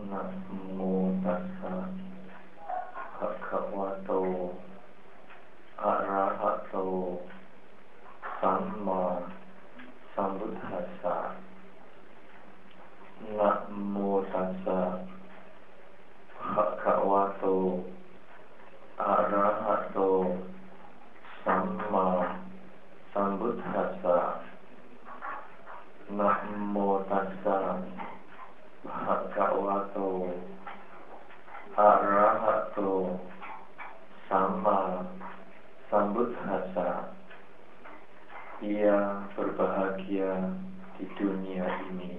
Namo tassa bhagavato arahato samma sambuddhassa. Namo tassa bhagavato arahato samma sambuddhassa. Namo tassa bhagavato arahato samma sambuddhassa. Ia berbahagia di dunia ini.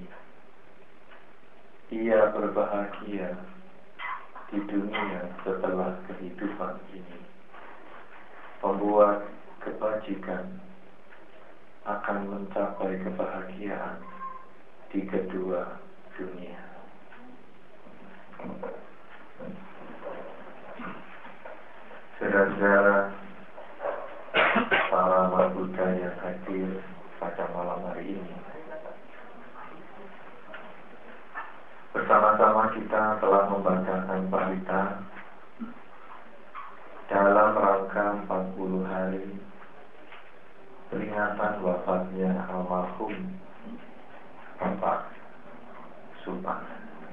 Ia berbahagia di dunia setelah kehidupan ini. Pembuat kebajikan akan mencapai kebahagiaan di kedua dunia. Saudara-saudara, para umat Buddha yang hadir pada malam hari ini, bersama-sama kita telah membacakan parita dalam rangka 40 hari peringatan wafatnya almarhum Bapak Supang.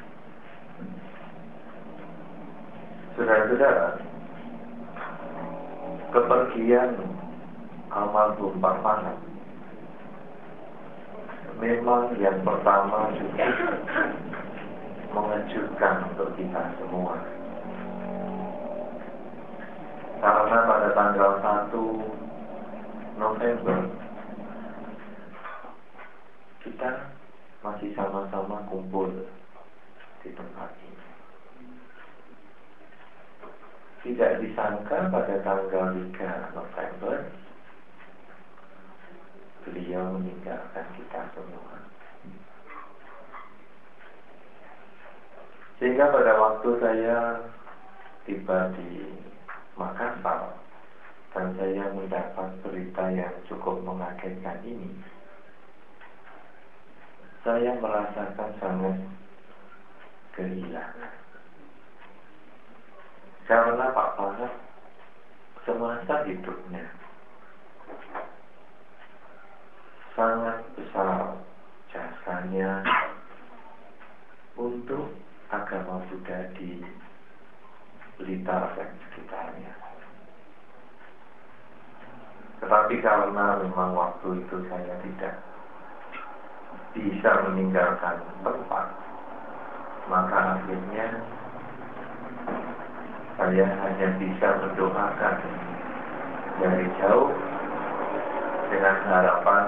Saudara-saudara, kepergian almarhum Pak Panat memang yang pertama juga mengejutkan untuk kita semua. Karena pada tanggal 1 November kita masih sama-sama kumpul di tempat ini. Tidak disangka pada tanggal 3 November beliau meninggalkan kita semua. Sehingga pada waktu saya tiba di Makassar dan saya mendapat berita yang cukup mengagetkan ini, saya merasakan sangat kehilangan. Karena Pak Panat semasa hidupnya sangat besar jasanya untuk agama Buddha di Blitar dan sekitarnya. Tetapi karena memang waktu itu saya tidak bisa meninggalkan tempat, maka akhirnya saya hanya bisa mendoakan dari jauh dengan harapan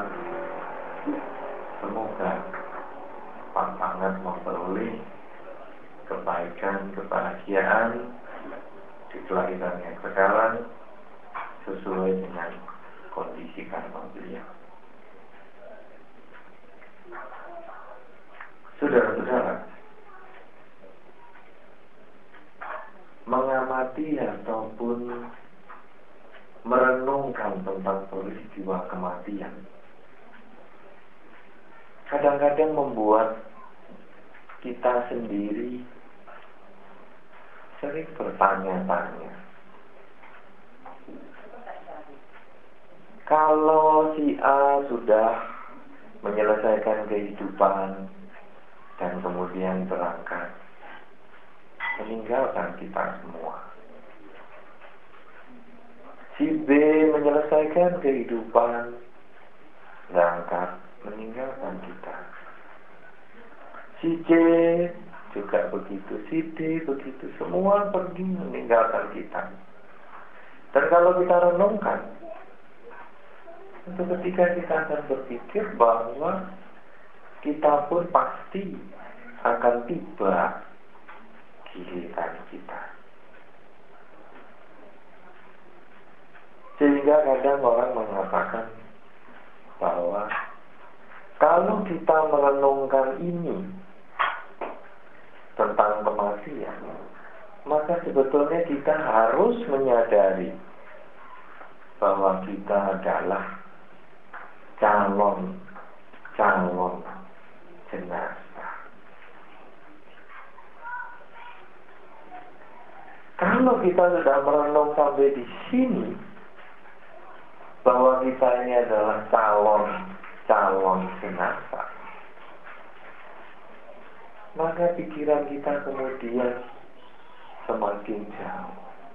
semoga Pak Panat memperoleh kebaikan, kebahagiaan di kelahiran yang sekarang sesuai dengan kondisi karma beliau. Saudara-saudara, mengamati ataupun merenungkan tentang peristiwa kematian kadang-kadang membuat kita sendiri sering bertanya-tanya, kalau si A sudah menyelesaikan kehidupan dan kemudian berangkat meninggalkan kita semua, si B menyelesaikan kehidupan berangkat meninggalkan kita, si C juga begitu, si D begitu, semua pergi meninggalkan kita. Dan kalau kita renungkan, itu ketika kita akan berpikir bahwa kita pun pasti akan tiba giliran kita. Sehingga kadang orang mengatakan bahwa kalau kita merenungkan ini tentang kematian, maka sebetulnya kita harus menyadari bahwa kita adalah calon jenazah. Kalau kita sudah merenung sampai di sini, bahwa kita ini adalah calon jenazah, maka pikiran kita kemudian semakin jauh.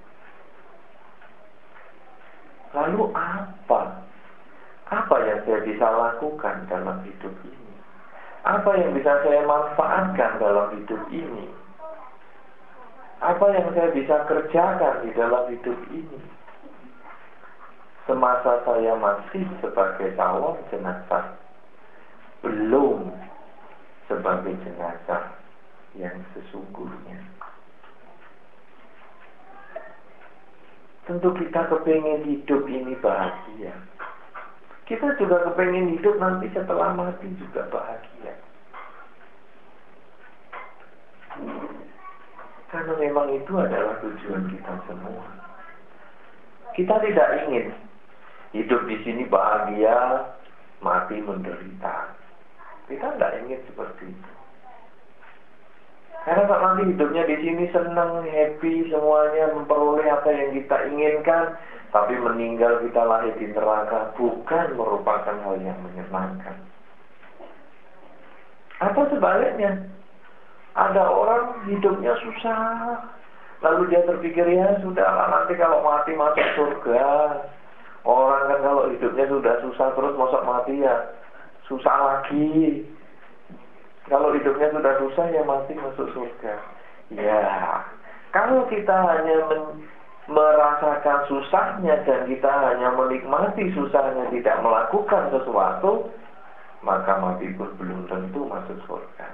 Lalu apa? Apa yang saya bisa lakukan dalam hidup ini? Apa yang bisa saya manfaatkan dalam hidup ini? Apa yang saya bisa kerjakan di dalam hidup ini? Semasa saya masih sebagai calon jenazah, belum sebagai jenazah yang sesungguhnya. Tentu kita kepingin hidup ini bahagia. Kita juga kepingin hidup nanti setelah mati juga bahagia. Karena memang itu adalah tujuan kita semua. Kita tidak ingin hidup di sini bahagia, mati menderita. Kita tidak ingin seperti itu. Karena kalau nanti hidupnya di sini senang, happy, semuanya memperoleh apa yang kita inginkan, tapi meninggal kita lahir di neraka, bukan merupakan hal yang menyenangkan. Atau sebaliknya, ada orang hidupnya susah, lalu dia terpikir, ya sudahlah nanti kalau mati masuk surga. Orang kan kalau hidupnya sudah susah terus masuk mati ya susah lagi. Kalau hidupnya sudah susah ya mati masuk surga. Ya, kalau kita hanya merasakan susahnya dan kita hanya menikmati susahnya, tidak melakukan sesuatu, maka mati pun belum tentu masuk surga.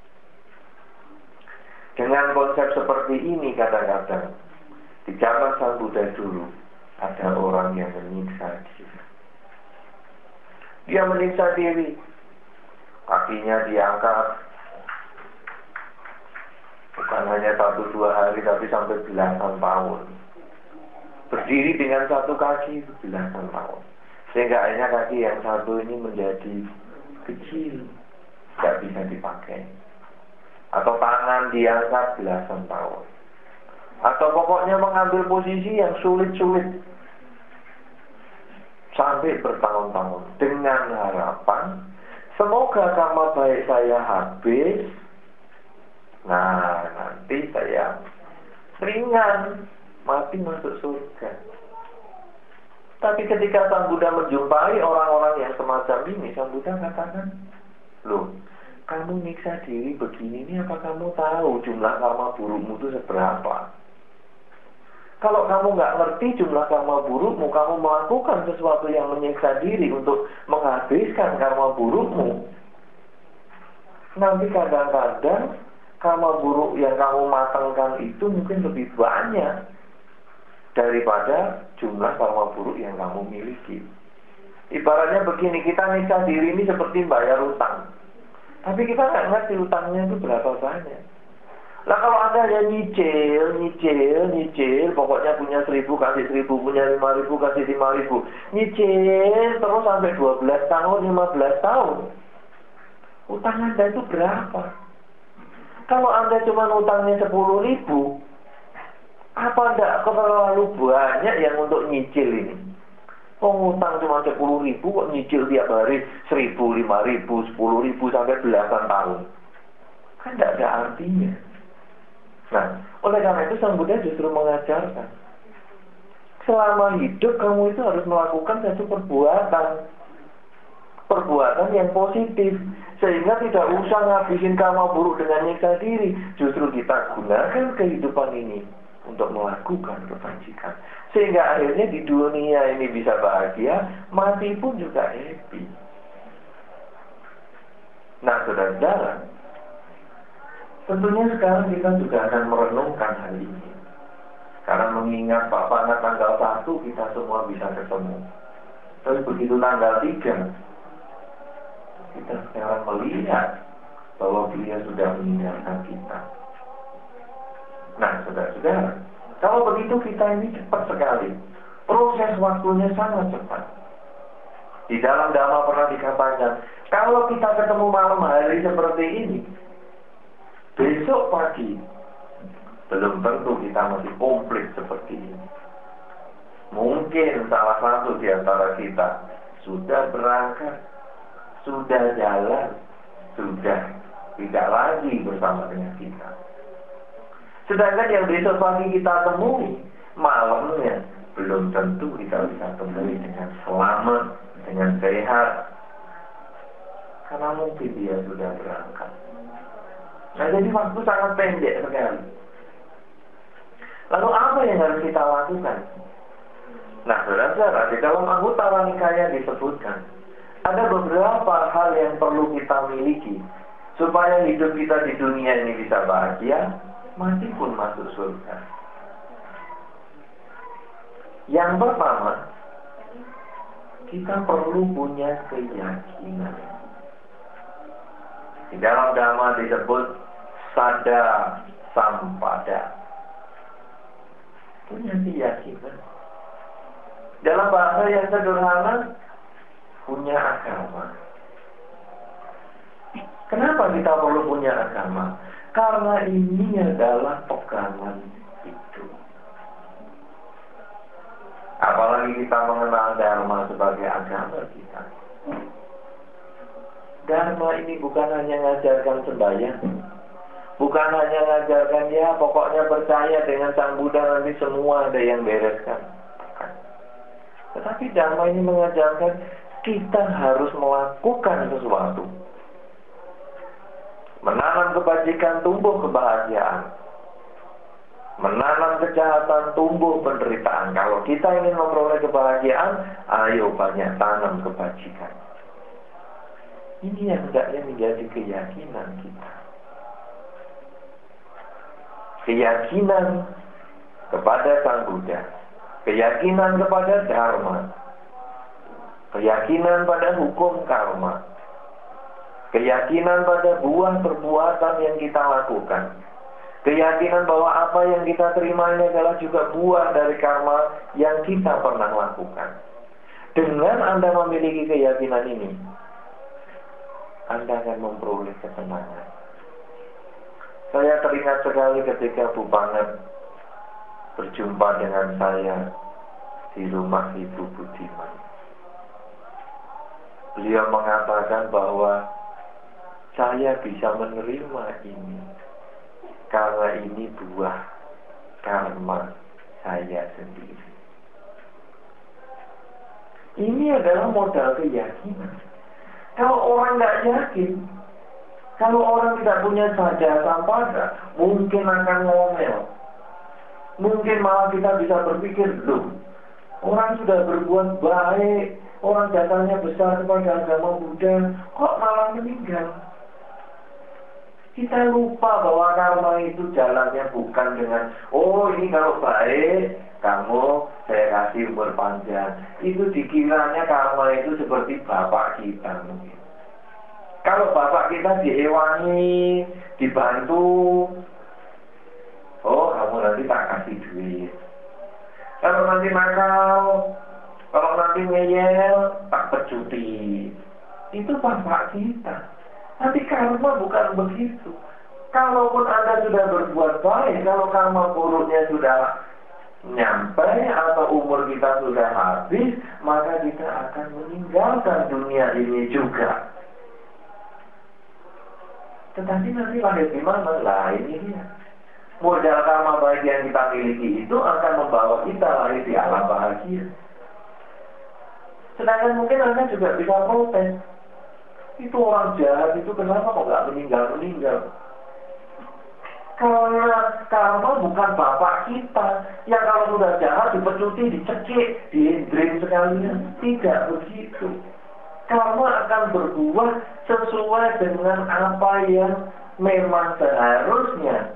Dengan konsep seperti ini kadang-kadang di zaman Sang Buddha dulu ada orang yang menyiksa diri. Dia menyiksa diri, kakinya diangkat, bukan hanya 1-2 hari tapi sampai belasan tahun. Berdiri dengan satu kaki belasan tahun, sehingga akhirnya kaki yang satu ini menjadi kecil, tidak bisa dipakai. Atau tangan diangkat belasan tahun, atau pokoknya mengambil posisi yang sulit-sulit sampai bertahun-tahun dengan harapan semoga karma baik saya habis, nah nanti saya ringan, mati masuk surga. Tapi ketika Sang Buddha menjumpai orang-orang yang semacam ini, Sang Buddha katakan, loh, kamu nyiksa diri begini ini, apa kamu tahu jumlah karma burukmu itu seberapa? Kalau kamu nggak ngerti jumlah karma burukmu, kamu melakukan sesuatu yang menyiksa diri untuk menghabiskan karma burukmu, nanti kadang-kadang karma buruk yang kamu matangkan itu mungkin lebih banyak daripada jumlah karma buruk yang kamu miliki. Ibaratnya begini, kita nyiksa diri ini seperti bayar utang, tapi kita nggak ngerti utangnya itu berapa banyak. Lah kalau Anda hanya nyicil, pokoknya punya 1.000 kasih 1.000, punya 5.000 kasih 5.000, nyicil terus sampai 12 tahun, 15 tahun, utang Anda itu berapa? Kalau Anda cuma utangnya 10.000, apa enggak terlalu banyak yang untuk nyicil ini? Utang cuma 10.000 kok nyicil tiap hari 1.000, 5.000, 10.000 sampai belasan tahun, kan enggak ada artinya. Nah, oleh karena itu Sang Buddha justru mengajarkan, selama hidup kamu itu harus melakukan satu perbuatan yang positif, sehingga tidak usah ngabisin karma buruk dengan nyiksa diri. Justru kita gunakan kehidupan ini untuk melakukan kebajikan, sehingga akhirnya di dunia ini bisa bahagia, mati pun juga happy. Nah, saudara-saudara, tentunya sekarang kita juga akan merenungkan hal ini, karena mengingat Bapak tanggal 1 kita semua bisa ketemu. Tapi begitu tanggal 3 kita sekarang melihat bahwa beliau sudah meninggalkan kita. Nah, saudara-saudara, kalau begitu kita ini cepat sekali, proses waktunya sangat cepat. Di dalam Dhamma pernah dikatakan, kalau kita ketemu malam hari seperti ini, besok pagi Belum tentu kita masih komplit seperti ini. Mungkin salah satu di antara kita sudah berangkat, sudah jalan, sudah tidak lagi bersama dengan kita. Sedangkan yang besok pagi kita temui, malamnya belum tentu kita bisa temui dengan selamat, dengan sehat. Karena mungkin dia sudah berangkat. Nah, jadi waktu sangat pendek sekali. Lalu apa yang harus kita lakukan? Nah, saudara-saudara, di dalam Anggutara Nikaya disebutkan ada beberapa hal yang perlu kita miliki supaya hidup kita di dunia ini bisa bahagia, mati pun masuk surga. Yang pertama, kita perlu punya keyakinan. Di dalam Dhamma disebut sada sampada. Punya keyakinan. Dalam bahasa yang sederhana, punya agama. Kenapa kita perlu punya agama? Karena ini adalah pegangan hidup. Apalagi kita mengenal Dharma sebagai agama kita. Dharma ini bukan hanya mengajarkan sembahyang, bukan hanya mengajarkan ya pokoknya percaya dengan Sang Buddha nanti semua ada yang bereskan. Tetapi Dharma ini mengajarkan kita harus melakukan sesuatu. Menanam kebajikan, tumbuh kebahagiaan. Menanam kejahatan, tumbuh penderitaan. Kalau kita ingin memperoleh kebahagiaan, ayo banyak tanam kebajikan. Ini yang hendaknya menjadi keyakinan kita. Keyakinan kepada Sang Buddha, keyakinan kepada Dharma, keyakinan pada hukum karma, keyakinan pada buah perbuatan yang kita lakukan, keyakinan bahwa apa yang kita terima ini adalah juga buah dari karma yang kita pernah lakukan. Dengan Anda memiliki keyakinan ini, Anda akan memperoleh ketenangan. Saya teringat sekali ketika Bu Panget berjumpa dengan saya di rumah Ibu Budiman. Beliau mengatakan bahwa saya bisa menerima ini karena ini buah karma saya sendiri. Ini adalah modal keyakinan. Kalau orang tidak yakin, kalau orang tidak punya sada sampada, mungkin akan ngomel. Mungkin malah kita bisa berpikir, loh, orang sudah berbuat baik, orang datangnya besar kepada agama Buddha, kok malah meninggal? Kita lupa bahwa karma itu jalannya bukan dengan, oh ini kalau baik, kamu saya kasih umur panjang. Itu dikiranya karma itu seperti bapak kita mungkin. Kalau bapak kita diewangi, dibantu, oh kamu nanti tak kasih duit. Kalau nanti nakal, kalau nanti ngeyel, tak pecuti. Itu bapak kita. Tapi karma bukan begitu. Kalaupun Anda sudah berbuat baik, kalau karma buruknya sudah nyampe atau umur kita sudah habis, maka kita akan meninggalkan dunia ini juga. Tetapi nanti lahir di mana? Lah ini dia. Modal karma baik yang kita miliki itu akan membawa kita lahir di alam bahagia. Sedangkan mungkin Anda juga bisa protes. Itu orang jahat itu kenapa kok nggak meninggal? Karena karma bukan bapak kita yang kalau sudah jahat dipecuti, dicekik, diindring sekalian. Tidak begitu. Karma akan berbuah sesuai dengan apa yang memang seharusnya.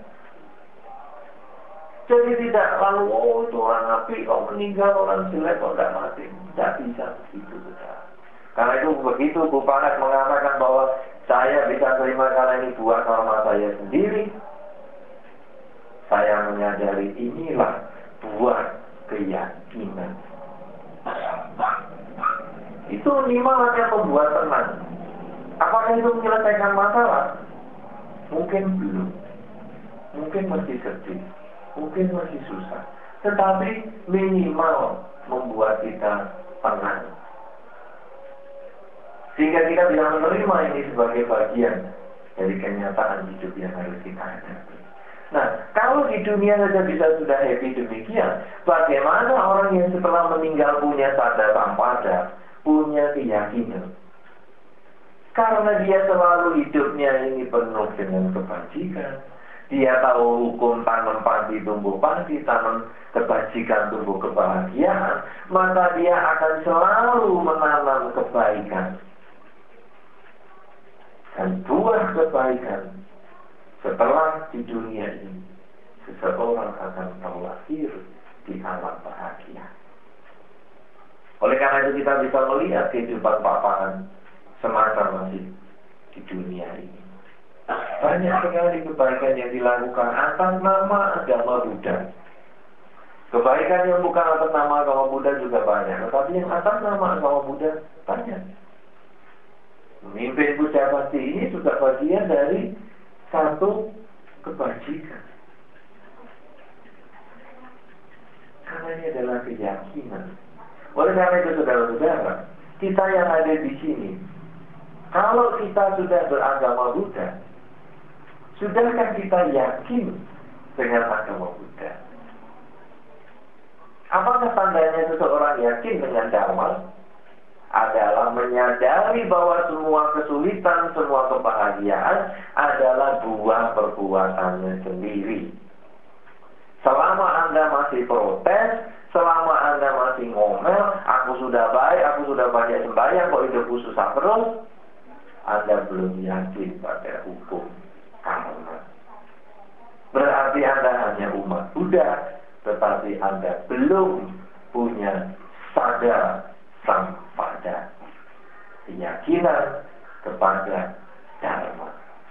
Jadi tidak lalu, oh itu orang api, oh meninggal, orang jelek, oh tidak mati. Tidak bisa begitu. Karena itu begitu Bu Panget mengatakan bahwa saya bisa terima karena ini buah karma saya sendiri. Saya menyadari inilah buah keyakinan. Itu minimal akan membuat tenang. Apakah itu menyelesaikan masalah? Mungkin belum. mungkin masih sedih, mungkin masih susah, tetapi minimal membuat kita tenang. Sehingga kita bisa menerima ini sebagai bagian dari kenyataan hidup yang harus kita hadapi. Nah, kalau di dunia saja bisa sudah happy demikian, bagaimana orang yang setelah meninggal punya sadar pada, punya keyakinan? Karena dia selalu hidupnya ini penuh dengan kebajikan. Dia tahu hukum tanam padi tumbuh padi, tanam kebajikan tumbuh kebahagiaan, maka dia akan selalu menanam kebaikan. Dan buah kebaikan setelah di dunia ini, seseorang akan terlahir di alam bahagia. Oleh karena itu kita bisa melihat kehidupan papahan semasa masih di dunia ini. Banyak sekali kebaikan yang dilakukan atas nama agama Buddha. Kebaikan yang bukan atas nama agama Buddha juga banyak, tetapi yang atas nama agama Buddha banyak. Memimpin Buddha pasti ini juga bagian dari satu kebajikan. Karena ini adalah keyakinan. Oleh karena itu saudara-saudara, kita yang ada di sini, kalau kita sudah beragama Buddha, sudahkah kita yakin dengan agama Buddha? Apakah tandanya seseorang yakin dengan Dharma? Adalah menyadari bahwa semua kesulitan, semua kebahagiaan adalah buah perbuatannya sendiri. Selama Anda masih protes, selama Anda masih ngomel, aku sudah baik, aku sudah banyak sembahyang, kok hidupku susah terus, Anda belum yakin pada hukum karma. Berarti Anda hanya umat Buddha, tetapi Anda belum punya sadar pada keyakinan kepada Dharma.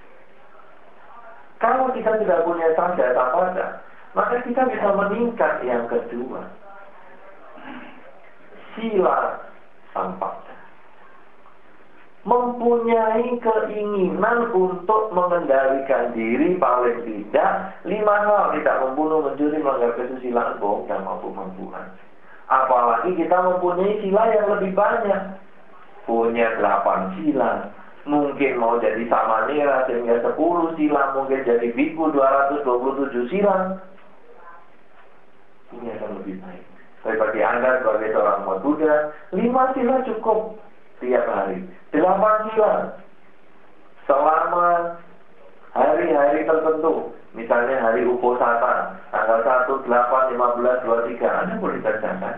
Kalau kita tidak punya sadar pada, maka kita bisa meningkat yang kedua, sila sampada. Mempunyai keinginan untuk mengendalikan diri paling tidak 5 hal: tidak membunuh, mencuri, melanggar kesusilaan, bohong, dan mabuk-mabukan. Apalagi kita mempunyai sila yang lebih banyak. Punya 8 sila. Mungkin mau jadi samanera sehingga 10 sila. Mungkin jadi biku 227 sila. Ini akan lebih baik. Tapi bagi Anda sebagai seorang umat Buddha, 5 sila cukup tiap hari. 8 sila selama hari-hari tertentu. Misalnya hari Uposatha, tanggal 1, 8, 15, 23, Anda boleh kerjakan.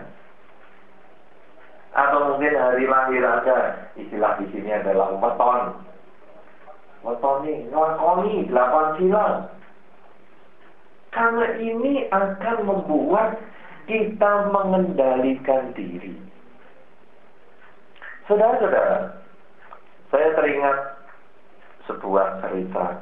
Atau mungkin hari lahir Anda, istilah di sini adalah weton. Wetoni, ngelakoni 8 sila. Karena ini akan membuat kita mengendalikan diri. Saudara-saudara, saya teringat sebuah cerita.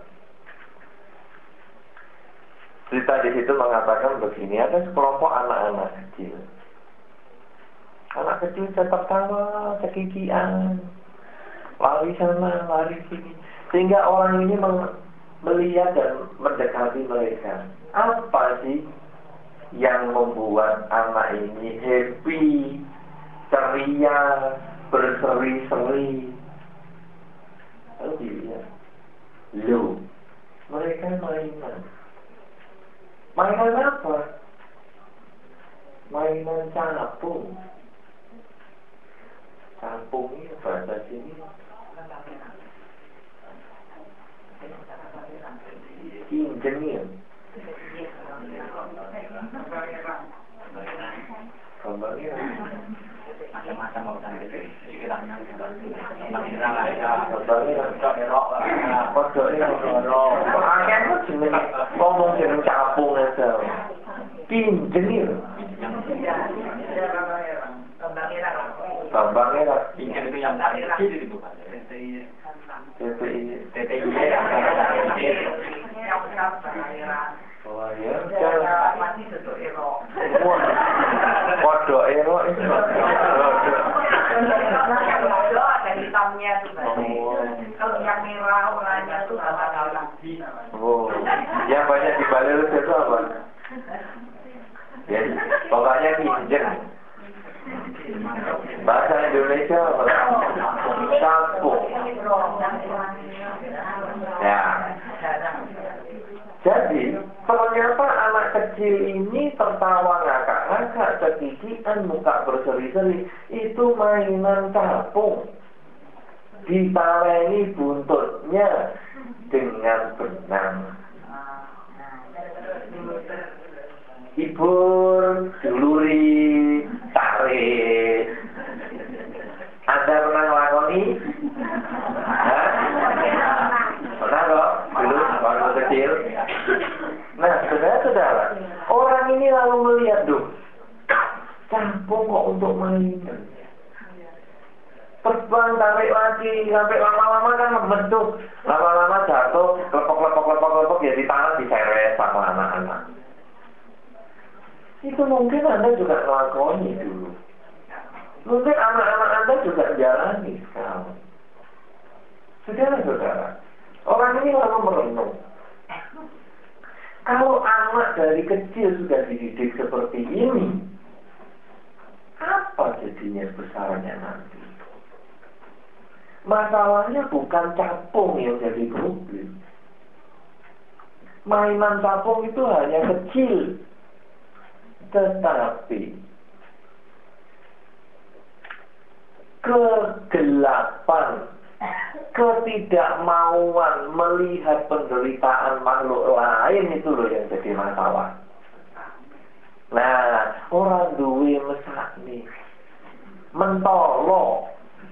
Cerita di situ mengatakan begini, ada sekelompok anak-anak kecil. Anak kecil tertawa, cekikian, lari sana, lari sini. Sehingga orang ini melihat dan mendekati mereka. Apa sih yang membuat anak ini happy, ceria, berseri-seri? Lalu dilihat, loh, mereka mainan. Mainan apa? Mainan capung. Capung ini bahasa sini injenir. Gambarnya macam-macam urusan itu. Ngomong jeneng capung aja. Injenir. Gambarnya lah. Injenir itu yang kecil itu bukan. TTI. Oh ya, mati sedok ero. Kodok ero itu. Kodok ada hitamnya tuh. Kalau yang merah oranye tuh apa lagi? Oh, yang banyak di Bali Garuda itu apa? Ya, pokoknya kinjeng. Bahasa Indonesia apa? Capung. Ya. Jadi, ternyata anak kecil ini tertawa ngakak-ngakak, cekikikan, muka berseri-seri. Itu mainan capung. Ditaleni buntutnya dengan benang. Hibur, duluri, tarik. Anda pernah ngelakoni? Hah? Pernah kok? Dulu, waktu kecil. Nah, saudara-saudara, orang ini lalu melihat, dong, campung kok untuk mainan. Terbang, tarik lagi, sampai lama-lama kan membentuk. Lama-lama jatuh, lepok-lepok ya di tangan diseret sama anak-anak. Itu mungkin Anda juga ngelakoni dulu. Mungkin anak-anak Anda juga jalani sekarang. Saudara-saudara, orang ini lalu merenung. Kalau anak dari kecil sudah dididik seperti ini, apa jadinya besarnya nanti? Masalahnya bukan capung yang jadi problem. Mainan capung itu hanya kecil. Tetapi kegelapan, ketidakmauan melihat penderitaan makhluk lain itu loh yang jadi masalah. Nah, orang duwe mesakne, mentolo,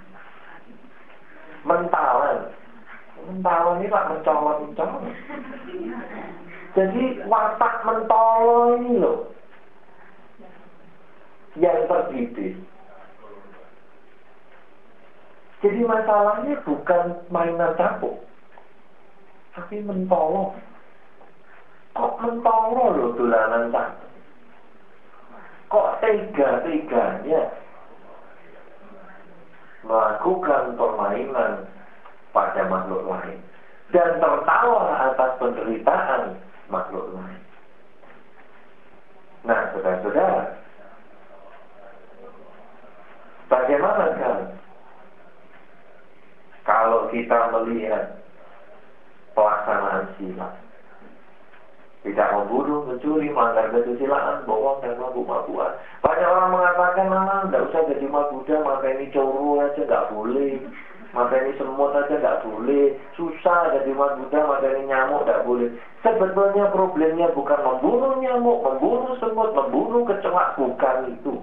mentalan ini pak mencolot. Jadi watak mentolo ini loh yang terdidik. Jadi masalahnya bukan mainan capung, tapi mentolo. Kok mentolo loh dolanan capung? Kok tega-teganya melakukan permainan pada makhluk lain dan tertawa atas penderitaan makhluk lain. Nah, saudara-saudara, bagaimana kan kalau kita melihat pelaksanaan sila? Tidak membunuh, mencuri, melanggar kesusilaan, bohong, dan mabuk-mabukan. Banyak orang mengatakan, tidak usah jadi mabuda, maka ini coro aja nggak boleh, maka ini semut aja nggak boleh, susah jadi mabuda, maka ini nyamuk nggak boleh. Sebetulnya problemnya bukan membunuh nyamuk, membunuh semut, membunuh kecoak, bukan itu.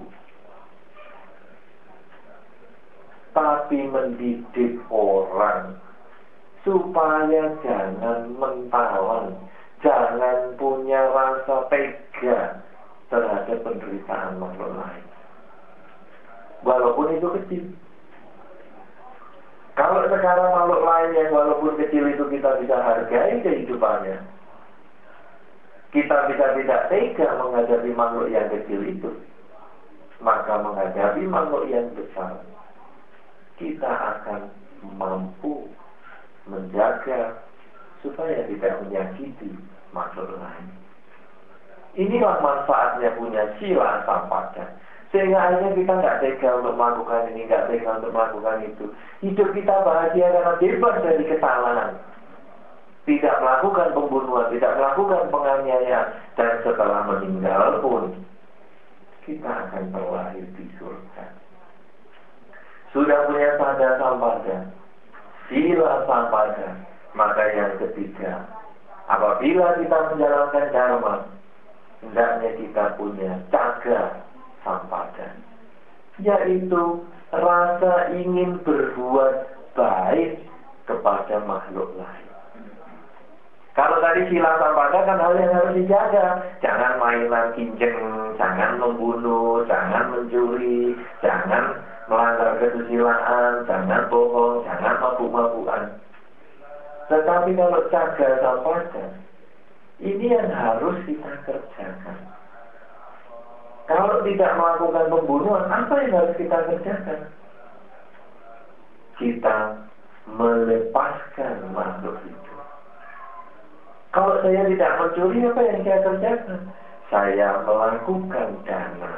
Tapi mendidik orang supaya jangan mentalan, jangan punya rasa tega terhadap penderitaan makhluk lain. Walaupun itu kecil. Kalau sekarang makhluk lain yang walaupun kecil itu kita bisa hargai kehidupannya, kita bisa tidak tega menghadapi makhluk yang kecil itu, maka menghadapi makhluk yang besar, kita akan mampu menjaga supaya tidak menyakiti makhluk lain. Inilah manfaatnya punya sila sampada. Sehingga akhirnya kita nggak tega untuk melakukan ini, nggak tega untuk melakukan itu. Hidup kita bahagia karena bebas dari kesalahan. Tidak melakukan pembunuhan, tidak melakukan penganiayaan. Dan setelah meninggal pun, kita akan terlahir di surga. Sudah punya sada sampada, sila sampada, maka yang ketiga, apabila kita menjalankan dharma, hendaknya kita punya caga sampada, yaitu rasa ingin berbuat baik kepada makhluk lain. Kalau tadi sila sampada kan hal yang harus dijaga. Jangan mainan kinjeng, jangan membunuh, jangan mencuri, jangan melanggar kesusilaan, jangan bohong, jangan mabuk-mabukan. Tetapi kalau caga sampada, ini yang harus kita kerjakan. Kalau tidak melakukan pembunuhan, apa yang harus kita kerjakan? Kita melepaskan makhluk itu. Kalau saya tidak mencuri, apa yang saya kerjakan? Saya melakukan dana.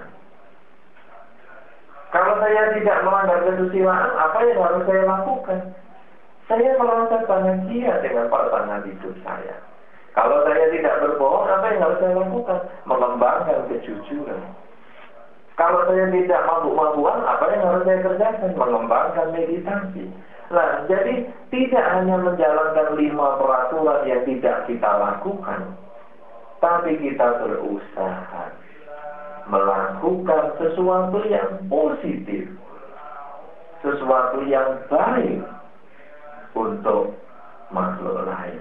Kalau saya tidak melanggar kesusilaan, apa yang harus saya lakukan? Saya merasa bahagia dengan pasangan hidup saya. Kalau saya tidak berbohong, apa yang harus saya lakukan? Mengembangkan kejujuran. Kalau saya tidak mabuk-mabukan, apa yang harus saya kerjakan? Mengembangkan meditasi. Nah, jadi tidak hanya menjalankan 5 peraturan yang tidak kita lakukan, tapi kita berusaha melakukan sesuatu yang positif, sesuatu yang baik untuk makhluk lain.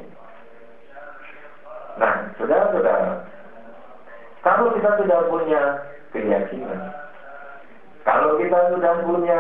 Nah, saudara-saudara, kalau kita sudah punya keyakinan, kalau kita sudah punya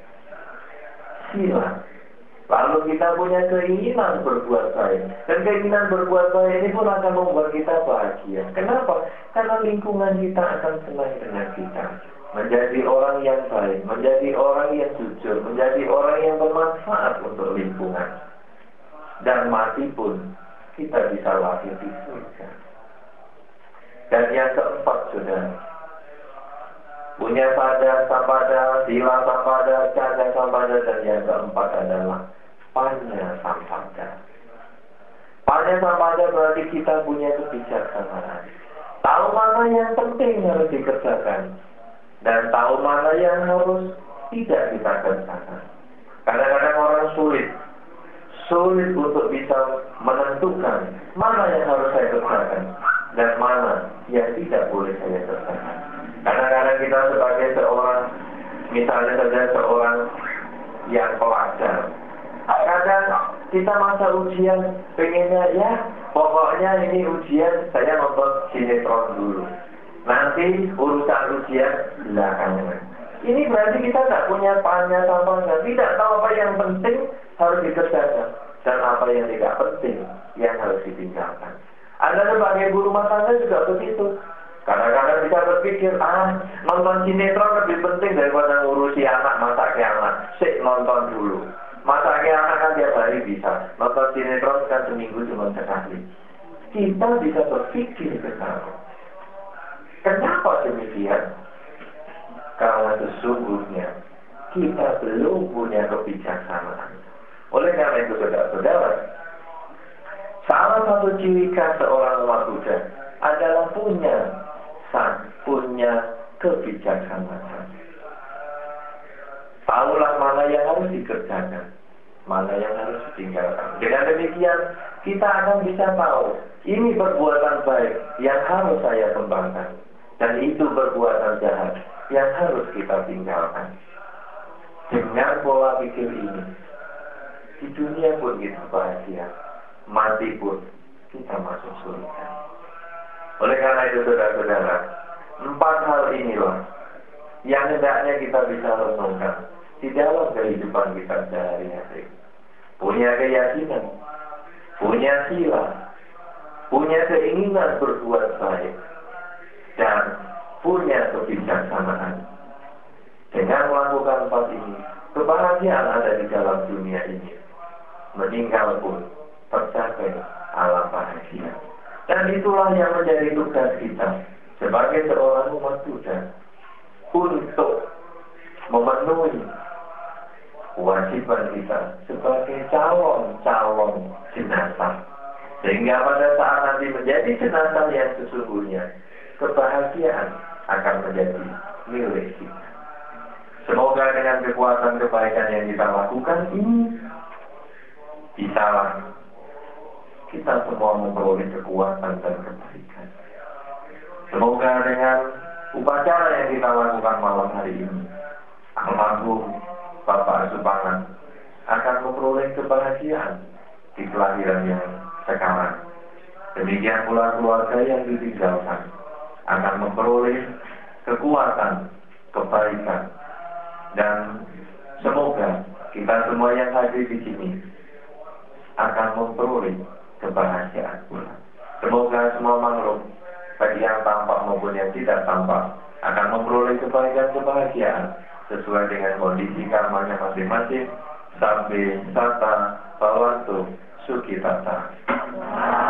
sila, lalu kita punya keinginan berbuat baik, dan keinginan berbuat baik ini pun akan membuat kita bahagia. Kenapa? Karena lingkungan kita akan senang dengan kita. Menjadi orang yang baik, menjadi orang yang jujur, menjadi orang yang bermanfaat untuk lingkungan. Dan mati pun kita bisa lahir di surga. Dan yang keempat, saudara, punya pada sampada, sila sampada, caga sampada, dan yang keempat adalah panya sampada. Panya sampada berarti kita punya kebijaksanaan. Tahu mana yang penting harus dikerjakan, dan tahu mana yang harus tidak kita kerjakan. Kadang-kadang orang sulit untuk bisa menentukan mana yang harus saya kerjakan dan mana yang tidak boleh saya kerjakan. Kadang-kadang kita sebagai seorang, misalnya saja seorang yang pelajar, kadang kita masa ujian pengennya ya pokoknya ini ujian saya nonton sinetron dulu, nanti urusan ujian belakangan. Ini berarti kita tidak punya panya samanya, tidak tahu apa yang penting harus dikerjakan dan apa yang tidak penting yang harus ditinggalkan. Anda sebagai guru rumah tangga juga begitu. Kadang-kadang bisa berpikir, nonton sinetron lebih penting daripada ngurusi anak, masaknya anak. Nonton dulu. Masaknya anak kan tiap hari bisa. Nonton sinetron kan seminggu cuma sekali. Kita bisa berpikir ke sana. Kenapa demikian? Karena sesungguhnya kita belum punya kebijaksanaan. Oleh karena itu, saudara-saudara, salah satu ciri khas seorang umat Buddha adalah punya kebijaksanaan. Tahulah mana yang harus dikerjakan, mana yang harus ditinggalkan. Dengan demikian, kita akan bisa tahu ini perbuatan baik yang harus saya kembangkan, dan itu perbuatan jahat yang harus kita tinggalkan. Dengan pola pikir ini, di dunia pun kita bahagia, mati pun kita masuk surga. Oleh karena itu, saudara-saudara, 4 hal inilah yang hendaknya kita bisa renungkan di dalam kehidupan kita sehari-hari. Punya keyakinan, punya sila, punya keinginan berbuat baik, dan punya kebijaksanaan. Dengan melakukan 4 ini, kebahagiaan ada di dalam dunia ini. Meninggal pun tercapai alam bahagia. Dan itulah yang menjadi tugas kita sebagai seorang umat Buddha untuk memenuhi kewajiban kita sebagai calon jenazah. Sehingga pada saat nanti menjadi jenazah yang sesungguhnya, kebahagiaan akan menjadi milik kita. Semoga dengan kekuatan kebaikan yang kita lakukan ini, bisalah kita semua memperoleh kekuatan dan kebaikan. Semoga dengan upacara yang kita lakukan malam hari ini, almarhum Bapak Supangan akan memperoleh kebahagiaan di kelahiran yang sekarang. Demikian pula keluarga yang ditinggalkan akan memperoleh kekuatan, kebaikan, dan semoga kita semua yang hadir di sini akan memperoleh kebahagiaan pula. Semoga semua makhluk, baik yang tampak maupun yang tidak tampak, akan memperoleh kebaikan kebahagiaan sesuai dengan kondisi karmanya masing-masing. Sampai sata bawantu sukitata.